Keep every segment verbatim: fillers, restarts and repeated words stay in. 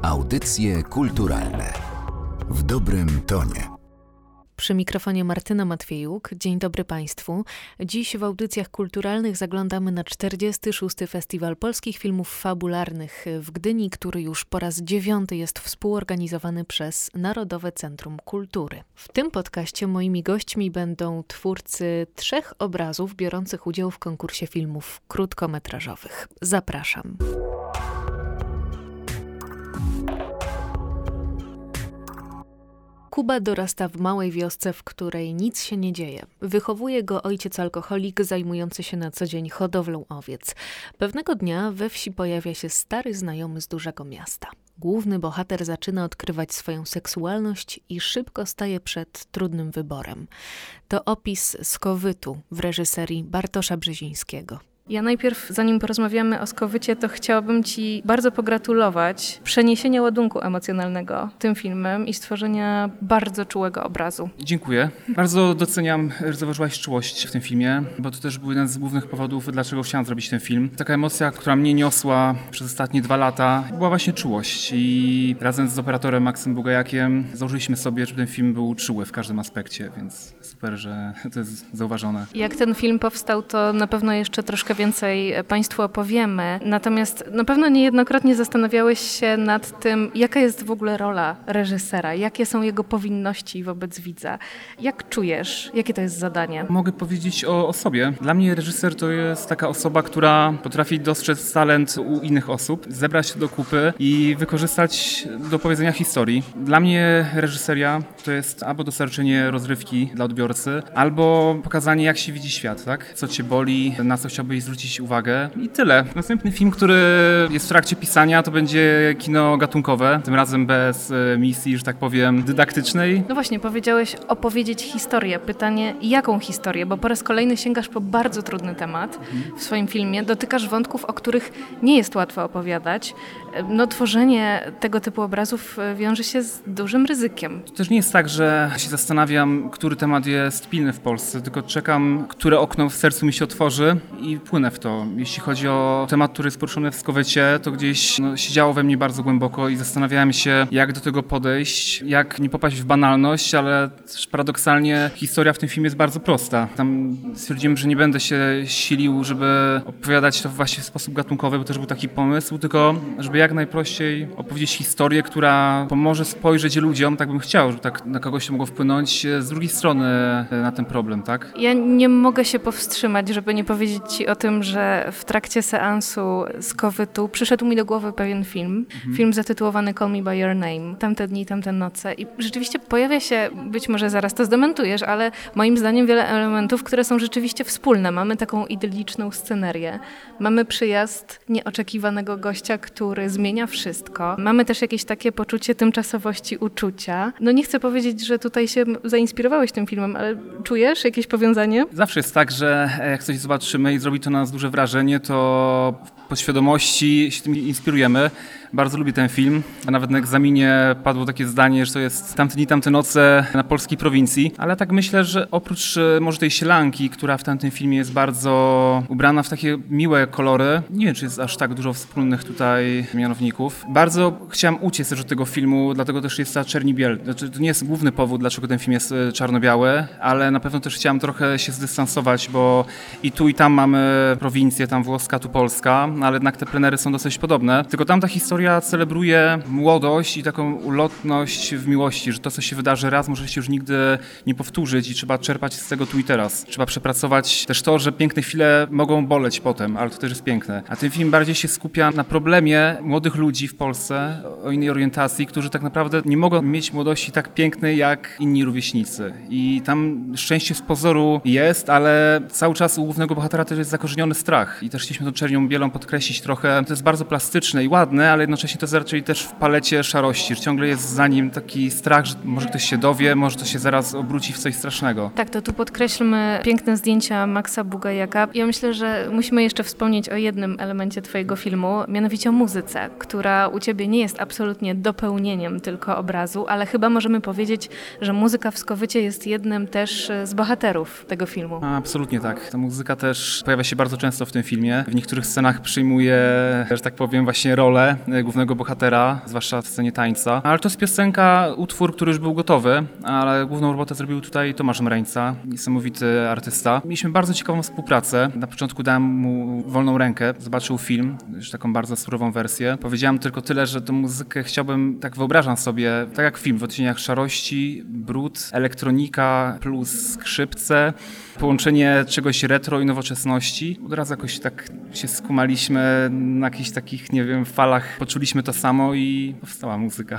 Audycje kulturalne w dobrym tonie. Przy mikrofonie Martyna Matwiejuk. Dzień dobry Państwu. Dziś w audycjach kulturalnych zaglądamy na czterdziesty szósty Festiwal Polskich Filmów Fabularnych w Gdyni, który już po raz dziewiąty jest współorganizowany przez Narodowe Centrum Kultury. W tym podcaście moimi gośćmi będą twórcy trzech obrazów biorących udział w konkursie filmów krótkometrażowych. Zapraszam. Kuba dorasta w małej wiosce, w której nic się nie dzieje. Wychowuje go ojciec alkoholik zajmujący się na co dzień hodowlą owiec. Pewnego dnia we wsi pojawia się stary znajomy z dużego miasta. Główny bohater zaczyna odkrywać swoją seksualność i szybko staje przed trudnym wyborem. To opis Skowytu w reżyserii Bartosza Brzezińskiego. Ja najpierw, zanim porozmawiamy o Skowycie, to chciałabym Ci bardzo pogratulować przeniesienia ładunku emocjonalnego tym filmem i stworzenia bardzo czułego obrazu. Dziękuję. Bardzo doceniam, że zauważyłaś czułość w tym filmie, bo to też był jeden z głównych powodów, dlaczego chciałam zrobić ten film. Taka emocja, która mnie niosła przez ostatnie dwa lata, była właśnie czułość i razem z operatorem Maksym Bugajakiem założyliśmy sobie, żeby ten film był czuły w każdym aspekcie, więc super, że to jest zauważone. Jak ten film powstał, to na pewno jeszcze troszkę więcej Państwu opowiemy. Natomiast na pewno niejednokrotnie zastanawiałeś się nad tym, jaka jest w ogóle rola reżysera, jakie są jego powinności wobec widza. Jak czujesz? Jakie to jest zadanie? Mogę powiedzieć o, o sobie. Dla mnie reżyser to jest taka osoba, która potrafi dostrzec talent u innych osób, zebrać się do kupy i wykorzystać do powiedzenia historii. Dla mnie reżyseria to jest albo dostarczenie rozrywki dla odbiorcy, albo pokazanie, jak się widzi świat, tak? Co cię boli, na co chciałbyś zwrócić uwagę i tyle. Następny film, który jest w trakcie pisania, to będzie kino gatunkowe, tym razem bez misji, że tak powiem, dydaktycznej. No właśnie, powiedziałeś opowiedzieć historię. Pytanie, jaką historię? Bo po raz kolejny sięgasz po bardzo trudny temat w swoim filmie. Dotykasz wątków, o których nie jest łatwo opowiadać. No, tworzenie tego typu obrazów wiąże się z dużym ryzykiem. To też nie jest tak, że się zastanawiam, który temat jest pilny w Polsce, tylko czekam, które okno w sercu mi się otworzy i płynę w to. Jeśli chodzi o temat, który jest poruszony w Skowycie, to gdzieś no, siedziało we mnie bardzo głęboko i zastanawiałem się, jak do tego podejść, jak nie popaść w banalność, ale też paradoksalnie historia w tym filmie jest bardzo prosta. Tam stwierdziłem, że nie będę się silił, żeby opowiadać to właśnie w sposób gatunkowy, bo też był taki pomysł, tylko żeby jak najprościej opowiedzieć historię, która pomoże spojrzeć ludziom, tak bym chciał, żeby tak na kogoś się mogło wpłynąć z drugiej strony na ten problem, tak? Ja nie mogę się powstrzymać, żeby nie powiedzieć Ci o tym, że w trakcie seansu Skowytu przyszedł mi do głowy pewien film, mhm. film zatytułowany Call Me By Your Name, Tamte dni, tamte noce i rzeczywiście pojawia się, być może zaraz to zdementujesz, ale moim zdaniem wiele elementów, które są rzeczywiście wspólne. Mamy taką idylliczną scenerię, mamy przyjazd nieoczekiwanego gościa, który zmienia wszystko, mamy też jakieś takie poczucie tymczasowości uczucia. No nie chcę powiedzieć, że tutaj się zainspirowałeś tym filmem, ale czujesz jakieś powiązanie? Zawsze jest tak, że jak coś zobaczymy i zrobi to na nas duże wrażenie, to w podświadomości się tym inspirujemy. Bardzo lubię ten film, a nawet na egzaminie padło takie zdanie, że to jest Tamte dni, tamte noce na polskiej prowincji, ale tak myślę, że oprócz może tej sielanki, która w tamtym filmie jest bardzo ubrana w takie miłe kolory, nie wiem, czy jest aż tak dużo wspólnych tutaj mianowników. Bardzo chciałem uciec też od tego filmu, dlatego też jest ta czerni biel. Znaczy, to nie jest główny powód, dlaczego ten film jest czarno-biały, ale na pewno też chciałem trochę się zdystansować, bo i tu i tam mamy prowincję, tam włoska, tu polska, ale jednak te plenery są dosyć podobne. Tylko tam ta historia celebruje młodość i taką ulotność w miłości, że to, co się wydarzy raz, może się już nigdy nie powtórzyć i trzeba czerpać z tego tu i teraz. Trzeba przepracować też to, że piękne chwile mogą boleć potem, ale to też jest piękne. A ten film bardziej się skupia na problemie młodych ludzi w Polsce o innej orientacji, którzy tak naprawdę nie mogą mieć młodości tak pięknej jak inni rówieśnicy. I tam szczęście z pozoru jest, ale cały czas u głównego bohatera też jest zakorzeniony strach. I też chcieliśmy tą czernią bielą podkreślić trochę. To jest bardzo plastyczne i ładne, ale jednocześnie to jest raczej też w palecie szarości, że ciągle jest za nim taki strach, że może ktoś się dowie, może to się zaraz obróci w coś strasznego. Tak, to tu podkreślmy piękne zdjęcia Maksa Bugajaka. Ja myślę, że musimy jeszcze wspomnieć o jednym elemencie twojego filmu, mianowicie o muzyce, która u ciebie nie jest absolutnie dopełnieniem tylko obrazu, ale chyba możemy powiedzieć, że muzyka w Skowycie jest jednym też z bohaterów tego filmu. A, absolutnie tak. Ta muzyka też pojawia się bardzo często w tym filmie. W niektórych scenach przy przejmuje, że tak powiem, właśnie rolę głównego bohatera, zwłaszcza w scenie tańca. Ale to jest piosenka, utwór, który już był gotowy, ale główną robotę zrobił tutaj Tomasz Mreńca, niesamowity artysta. Mieliśmy bardzo ciekawą współpracę. Na początku dałem mu wolną rękę, zobaczył film, już taką bardzo surową wersję. Powiedziałem tylko tyle, że tę muzykę chciałbym, tak wyobrażam sobie, tak jak film, w odcieniach szarości, brud, elektronika plus skrzypce, połączenie czegoś retro i nowoczesności. Od razu jakoś tak się skumaliśmy na jakichś takich, nie wiem, falach, poczuliśmy to samo i powstała muzyka.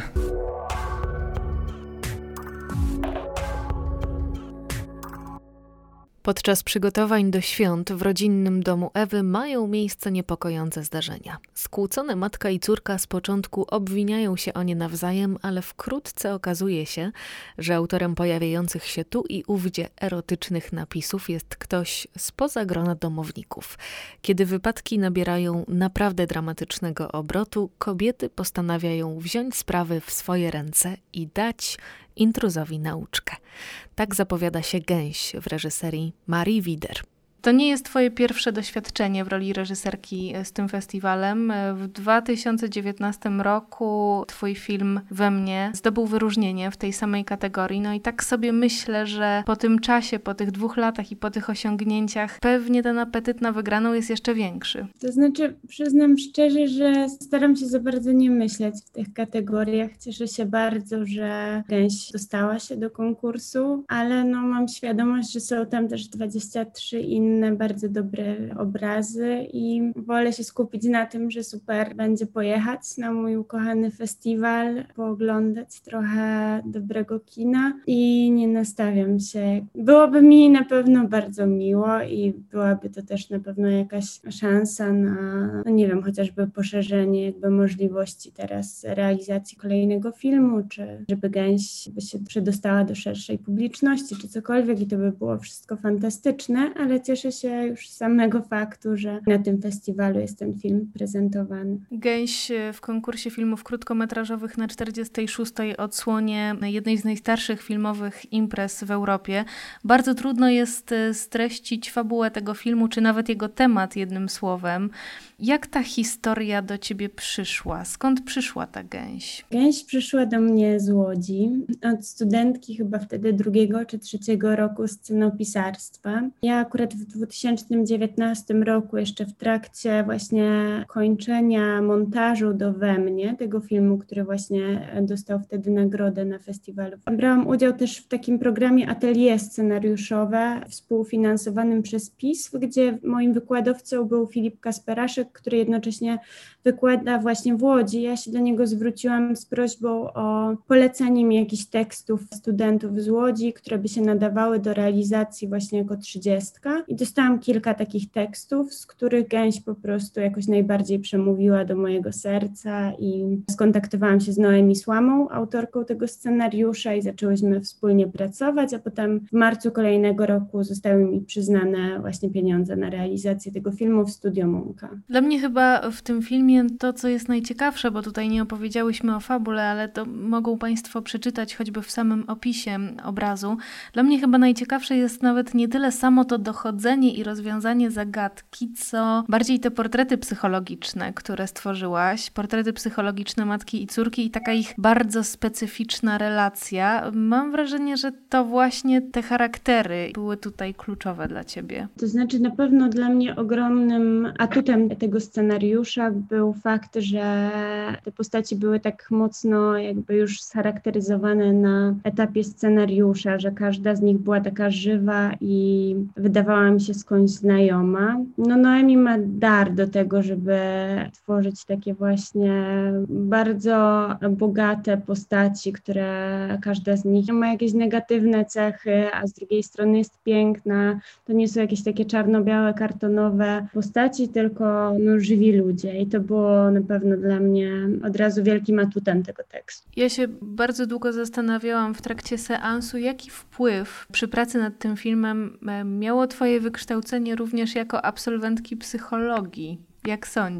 Podczas przygotowań do świąt w rodzinnym domu Ewy mają miejsce niepokojące zdarzenia. Skłócone matka i córka z początku obwiniają się o nie nawzajem, ale wkrótce okazuje się, że autorem pojawiających się tu i ówdzie erotycznych napisów jest ktoś spoza grona domowników. Kiedy wypadki nabierają naprawdę dramatycznego obrotu, kobiety postanawiają wziąć sprawy w swoje ręce i dać intruzowi nauczkę. Tak zapowiada się Gęś w reżyserii Marii Wider. To nie jest twoje pierwsze doświadczenie w roli reżyserki z tym festiwalem. W dwa tysiące dziewiętnastym roku twój film We mnie zdobył wyróżnienie w tej samej kategorii. No i tak sobie myślę, że po tym czasie, po tych dwóch latach i po tych osiągnięciach pewnie ten apetyt na wygraną jest jeszcze większy. To znaczy, przyznam szczerze, że staram się za bardzo nie myśleć w tych kategoriach. Cieszę się bardzo, że Gęś dostała się do konkursu, ale no mam świadomość, że są tam też dwadzieścia trzy inne bardzo dobre obrazy i wolę się skupić na tym, że super będzie pojechać na mój ukochany festiwal, pooglądać trochę dobrego kina i nie nastawiam się. Byłoby mi na pewno bardzo miło i byłaby to też na pewno jakaś szansa na, no nie wiem, chociażby poszerzenie jakby możliwości teraz realizacji kolejnego filmu, czy żeby Gęś by się przedostała do szerszej publiczności, czy cokolwiek i to by było wszystko fantastyczne, ale cieszę się już z samego faktu, że na tym festiwalu jest ten film prezentowany. Gęś w konkursie filmów krótkometrażowych na czterdziestej szóstej odsłonie jednej z najstarszych filmowych imprez w Europie. Bardzo trudno jest streścić fabułę tego filmu, czy nawet jego temat jednym słowem. Jak ta historia do ciebie przyszła? Skąd przyszła ta Gęś? Gęś przyszła do mnie z Łodzi, od studentki chyba wtedy drugiego czy trzeciego roku scenopisarstwa. Ja akurat w dwa tysiące dziewiętnastym roku, jeszcze w trakcie właśnie kończenia montażu do We mnie, tego filmu, który właśnie dostał wtedy nagrodę na festiwalu. Brałam udział też w takim programie atelier scenariuszowe współfinansowanym przez P I S, gdzie moim wykładowcą był Filip Kasperaszek, który jednocześnie wykłada właśnie w Łodzi. Ja się do niego zwróciłam z prośbą o polecenie mi jakichś tekstów studentów z Łodzi, które by się nadawały do realizacji właśnie jako trzydziestka. I dostałam kilka takich tekstów, z których Gęś po prostu jakoś najbardziej przemówiła do mojego serca i skontaktowałam się z Noemi Słamą, autorką tego scenariusza i zaczęłyśmy wspólnie pracować, a potem w marcu kolejnego roku zostały mi przyznane właśnie pieniądze na realizację tego filmu w Studio Munka. Dla mnie chyba w tym filmie to, co jest najciekawsze, bo tutaj nie opowiedziałyśmy o fabule, ale to mogą Państwo przeczytać choćby w samym opisie obrazu. Dla mnie chyba najciekawsze jest nawet nie tyle samo to dochodzenie i rozwiązanie zagadki, co bardziej te portrety psychologiczne, które stworzyłaś. Portrety psychologiczne matki i córki i taka ich bardzo specyficzna relacja. Mam wrażenie, że to właśnie te charaktery były tutaj kluczowe dla ciebie. To znaczy na pewno dla mnie ogromnym atutem tego scenariusza był fakt, że te postaci były tak mocno jakby już scharakteryzowane na etapie scenariusza, że każda z nich była taka żywa i wydawała mi się skądś znajoma. No Noemi ma dar do tego, żeby tworzyć takie właśnie bardzo bogate postaci, które każda z nich ma jakieś negatywne cechy, a z drugiej strony jest piękna. To nie są jakieś takie czarno-białe, kartonowe postaci, tylko no, żywi ludzie i to było na pewno dla mnie od razu wielkim atutem tego tekstu. Ja się bardzo długo zastanawiałam w trakcie seansu, jaki wpływ przy pracy nad tym filmem miało twoje wykształcenie również jako absolwentki psychologii. Jak sądzisz?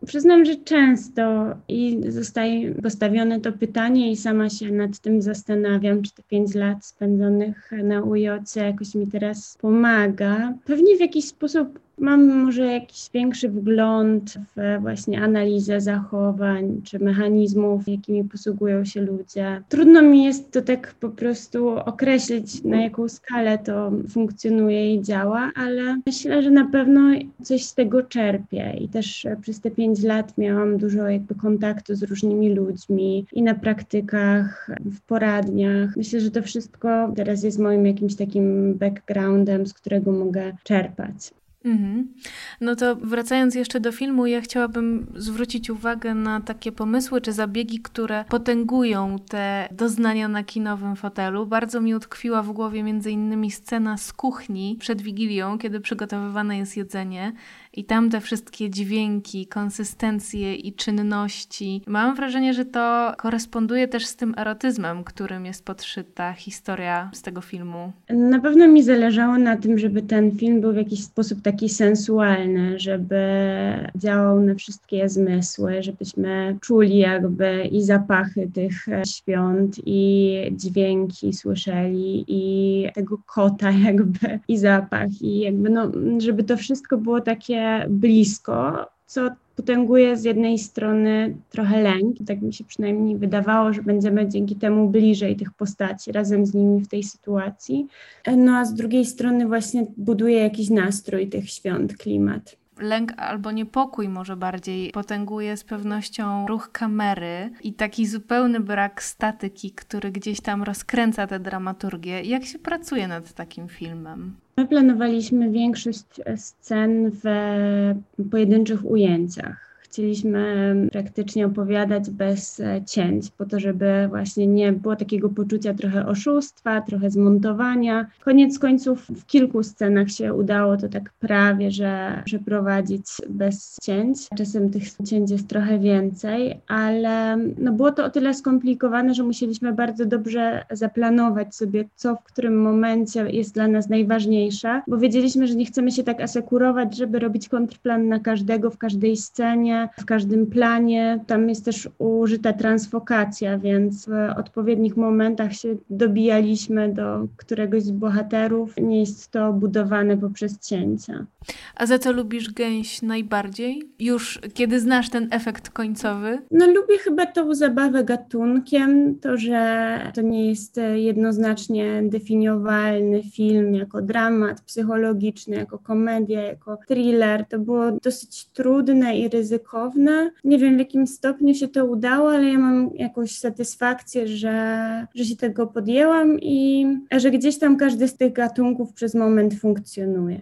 Przyznam, że często i zostaje postawione to pytanie i sama się nad tym zastanawiam, czy te pięć lat spędzonych na U J C jakoś mi teraz pomaga. Pewnie w jakiś sposób mam może jakiś większy wgląd w właśnie analizę zachowań czy mechanizmów, jakimi posługują się ludzie. Trudno mi jest to tak po prostu określić, na jaką skalę to funkcjonuje i działa, ale myślę, że na pewno coś z tego czerpię i też przez te pięć lat miałam dużo jakby kontaktu z różnymi ludźmi i na praktykach, w poradniach. Myślę, że to wszystko teraz jest moim jakimś takim backgroundem, z którego mogę czerpać. Mhm. No to wracając jeszcze do filmu, ja chciałabym zwrócić uwagę na takie pomysły czy zabiegi, które potęgują te doznania na kinowym fotelu. Bardzo mi utkwiła w głowie między innymi scena z kuchni przed Wigilią, kiedy przygotowywane jest jedzenie i tam te wszystkie dźwięki, konsystencje i czynności. Mam wrażenie, że to koresponduje też z tym erotyzmem, którym jest podszyta historia z tego filmu. Na pewno mi zależało na tym, żeby ten film był w jakiś sposób taki sensualny, żeby działał na wszystkie zmysły, żebyśmy czuli jakby i zapachy tych świąt, i dźwięki słyszeli, i tego kota jakby, i zapach, i jakby no, żeby to wszystko było takie blisko, co potęguje z jednej strony trochę lęk, tak mi się przynajmniej wydawało, że będziemy dzięki temu bliżej tych postaci, razem z nimi w tej sytuacji, no a z drugiej strony właśnie buduje jakiś nastrój tych świąt, klimat. Lęk albo niepokój może bardziej potęguje z pewnością ruch kamery i taki zupełny brak statyki, który gdzieś tam rozkręca tę dramaturgię. Jak się pracuje nad takim filmem? My planowaliśmy większość scen w pojedynczych ujęciach. Chcieliśmy praktycznie opowiadać bez cięć, po to, żeby właśnie nie było takiego poczucia trochę oszustwa, trochę zmontowania. Koniec końców w kilku scenach się udało to tak prawie, że przeprowadzić bez cięć. Czasem tych cięć jest trochę więcej, ale no było to o tyle skomplikowane, że musieliśmy bardzo dobrze zaplanować sobie, co w którym momencie jest dla nas najważniejsze, bo wiedzieliśmy, że nie chcemy się tak asekurować, żeby robić kontrplan na każdego w każdej scenie, w każdym planie. Tam jest też użyta transfokacja, więc w odpowiednich momentach się dobijaliśmy do któregoś z bohaterów. Nie jest to budowane poprzez cięcia. A za co lubisz Gęś najbardziej? Już kiedy znasz ten efekt końcowy? No lubię chyba tą zabawę gatunkiem, to, że to nie jest jednoznacznie definiowalny film jako dramat psychologiczny, jako komedia, jako thriller. To było dosyć trudne i ryzykowne. Nie wiem, w jakim stopniu się to udało, ale ja mam jakąś satysfakcję, że, że się tego podjęłam i że gdzieś tam każdy z tych gatunków przez moment funkcjonuje.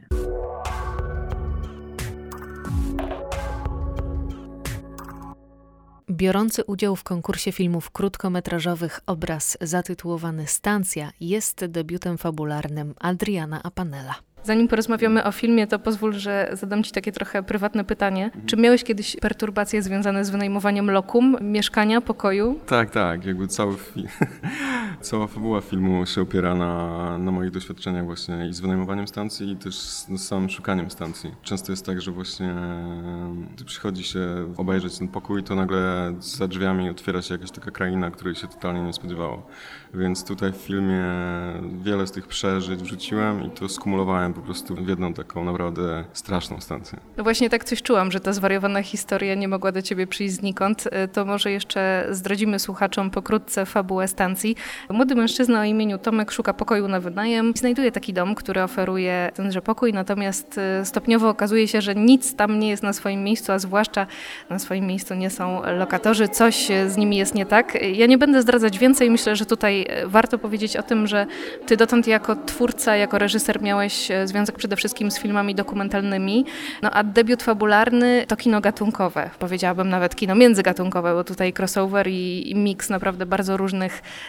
Biorący udział w konkursie filmów krótkometrażowych obraz zatytułowany Stancja jest debiutem fabularnym Adriana Apanela. Zanim porozmawiamy o filmie, to pozwól, że zadam Ci takie trochę prywatne pytanie. Mhm. Czy miałeś kiedyś perturbacje związane z wynajmowaniem lokum, mieszkania, pokoju? Tak, tak. Jakby cały fi- cała fabuła filmu się opiera na, na moich doświadczeniach właśnie i z wynajmowaniem stacji, i też z, z samym szukaniem stacji. Często jest tak, że właśnie gdy przychodzi się obejrzeć ten pokój, to nagle za drzwiami otwiera się jakaś taka kraina, której się totalnie nie spodziewało. Więc tutaj w filmie wiele z tych przeżyć wrzuciłem i to skumulowałem po prostu w jedną taką naprawdę straszną stację. No właśnie tak coś czułam, że ta zwariowana historia nie mogła do Ciebie przyjść znikąd. To może jeszcze zdradzimy słuchaczom pokrótce fabułę Stancji. Młody mężczyzna o imieniu Tomek szuka pokoju na wynajem. Znajduje taki dom, który oferuje tenże pokój, natomiast stopniowo okazuje się, że nic tam nie jest na swoim miejscu, a zwłaszcza na swoim miejscu nie są lokatorzy. Coś z nimi jest nie tak. Ja nie będę zdradzać więcej. Myślę, że tutaj warto powiedzieć o tym, że Ty dotąd jako twórca, jako reżyser miałeś związek przede wszystkim z filmami dokumentalnymi, no a debiut fabularny to kino gatunkowe. Powiedziałabym nawet kino międzygatunkowe, bo tutaj crossover i, i miks naprawdę bardzo różnych konwencji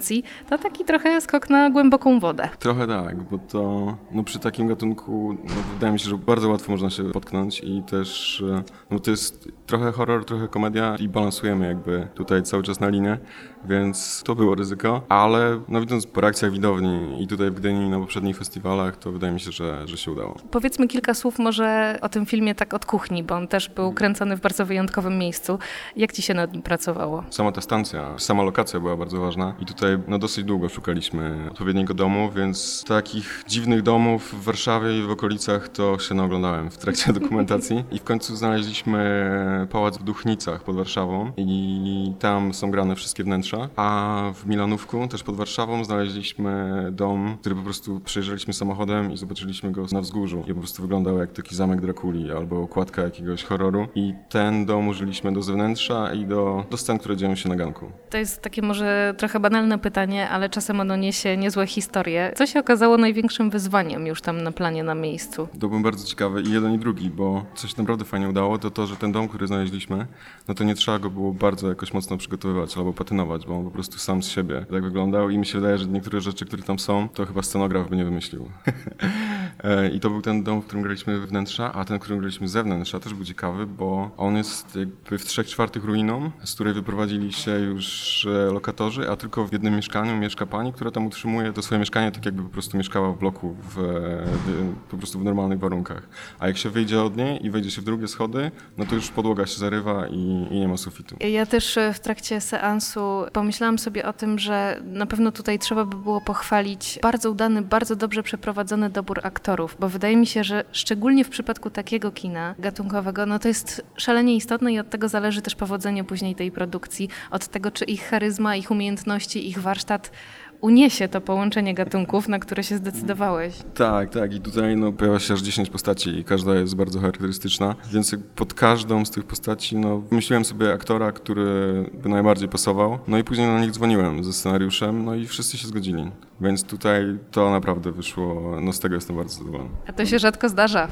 animacji, to taki trochę skok na głęboką wodę. Trochę tak, bo to no przy takim gatunku no, wydaje mi się, że bardzo łatwo można się potknąć i też no, to jest trochę horror, trochę komedia i balansujemy jakby tutaj cały czas na linię, więc to było ryzyko, ale no widząc po reakcjach widowni i tutaj w Gdyni na poprzednich festiwalach, to wydaje mi się, że, że się udało. Powiedzmy kilka słów może o tym filmie tak od kuchni, bo on też był kręcony w bardzo wyjątkowym miejscu. Jak ci się nad nim pracowało? Sama ta stacja, sama lokacja była bardzo ważna i tutaj no dosyć długo szukaliśmy odpowiedniego domu, więc takich dziwnych domów w Warszawie i w okolicach to się naoglądałem w trakcie dokumentacji i w końcu znaleźliśmy pałac w Duchnicach pod Warszawą i tam są grane wszystkie wnętrza, a w Milanówku, też pod Warszawą, znaleźliśmy dom, który po prostu przejeżdżaliśmy samochodem i zobaczyliśmy go na wzgórzu i po prostu wyglądał jak taki zamek Drakuli albo okładka jakiegoś horroru i ten dom użyliśmy do zewnętrza i do, do scen, które dzieją się na ganku. To jest takie może trochę banalne pytanie, ale czasem ono niesie niezłe historie. Co się okazało największym wyzwaniem już tam na planie, na miejscu? To był bardzo ciekawy i jeden i drugi, bo coś się naprawdę fajnie udało, to to, że ten dom, który znaleźliśmy, no to nie trzeba go było bardzo jakoś mocno przygotowywać albo patynować, bo on po prostu sam z siebie tak wyglądał i mi się wydaje, że niektóre rzeczy, które tam są, to chyba scenograf by nie wymyślił. I to był ten dom, w którym graliśmy wnętrza, a ten, w którym graliśmy zewnętrza, też był ciekawy, bo on jest jakby w trzech czwartych ruiną, z której wyprowadzili się już lokatorzy, a tylko w jednym mieszkaniu mieszka pani, która tam utrzymuje to swoje mieszkanie, tak jakby po prostu mieszkała w bloku w, w, po prostu w normalnych warunkach. A jak się wyjdzie od niej i wejdzie się w drugie schody, no to już podłoga się zarywa i, i nie ma sufitu. Ja też w trakcie seansu pomyślałam sobie o tym, że na pewno tutaj trzeba by było pochwalić bardzo udany, bardzo dobrze przeprowadzony dobór aktorów, bo wydaje mi się, że szczególnie w przypadku takiego kina gatunkowego, no to jest szalenie istotne i od tego zależy też powodzenie później tej produkcji, od tego, czy ich charyzma, ich umiejętności, ich warsztat uniesie to połączenie gatunków, na które się zdecydowałeś. Tak, tak. I tutaj no, pojawia się aż dziesięć postaci i każda jest bardzo charakterystyczna, więc pod każdą z tych postaci no, wymyśliłem sobie aktora, który by najbardziej pasował, no i później na nich dzwoniłem ze scenariuszem, no i wszyscy się zgodzili. Więc tutaj to naprawdę wyszło, no z tego jestem bardzo zadowolony. A to się rzadko zdarza.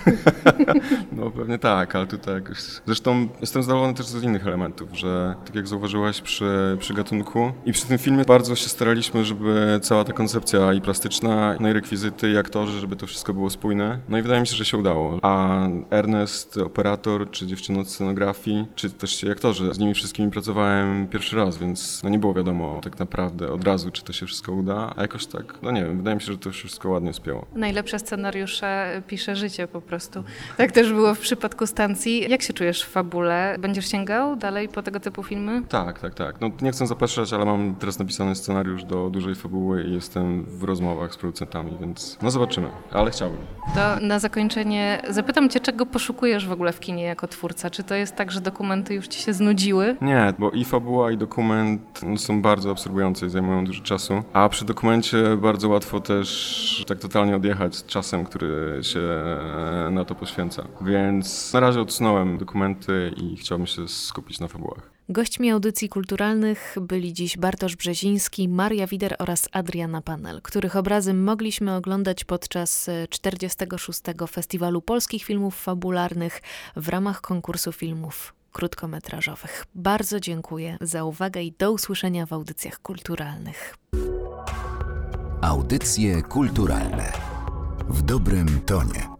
No pewnie tak, ale tutaj jakoś... Zresztą jestem zadowolony też z innych elementów, że tak jak zauważyłaś przy, przy gatunku i przy tym filmie bardzo się staraliśmy, żeby cała ta koncepcja i plastyczna, no i rekwizyty, i aktorzy, żeby to wszystko było spójne. No i wydaje mi się, że się udało. A Ernest, operator, czy dziewczyna od scenografii, czy też ci aktorzy, z nimi wszystkimi pracowałem pierwszy raz, więc no nie było wiadomo tak naprawdę od razu, czy to się wszystko uda, a jakoś tak, no nie wiem, wydaje mi się, że to wszystko ładnie spięło. Najlepsze scenariusze pisze życie po prostu. Tak też było w przypadku Stacji. Jak się czujesz w fabule? Będziesz sięgał dalej po tego typu filmy? Tak, tak, tak. No nie chcę zapraszać, ale mam teraz napisany scenariusz do dużej fabuły i jestem w rozmowach z producentami, więc no zobaczymy, ale chciałbym. To na zakończenie zapytam cię, czego poszukujesz w ogóle w kinie jako twórca? Czy to jest tak, że dokumenty już ci się znudziły? Nie, bo i fabuła, i dokument no, są bardzo absorbujące i zajmują dużo czasu, a przy dokumencie bardzo łatwo też tak totalnie odjechać z czasem, który się na to poświęca. Więc na razie odsunąłem dokumenty i chciałbym się skupić na fabułach. Gośćmi audycji kulturalnych byli dziś Bartosz Brzeziński, Maria Wider oraz Adriana Panel, których obrazy mogliśmy oglądać podczas czterdziestego szóstego Festiwalu Polskich Filmów Fabularnych w ramach konkursu filmów krótkometrażowych. Bardzo dziękuję za uwagę i do usłyszenia w audycjach kulturalnych. Audycje kulturalne w dobrym tonie.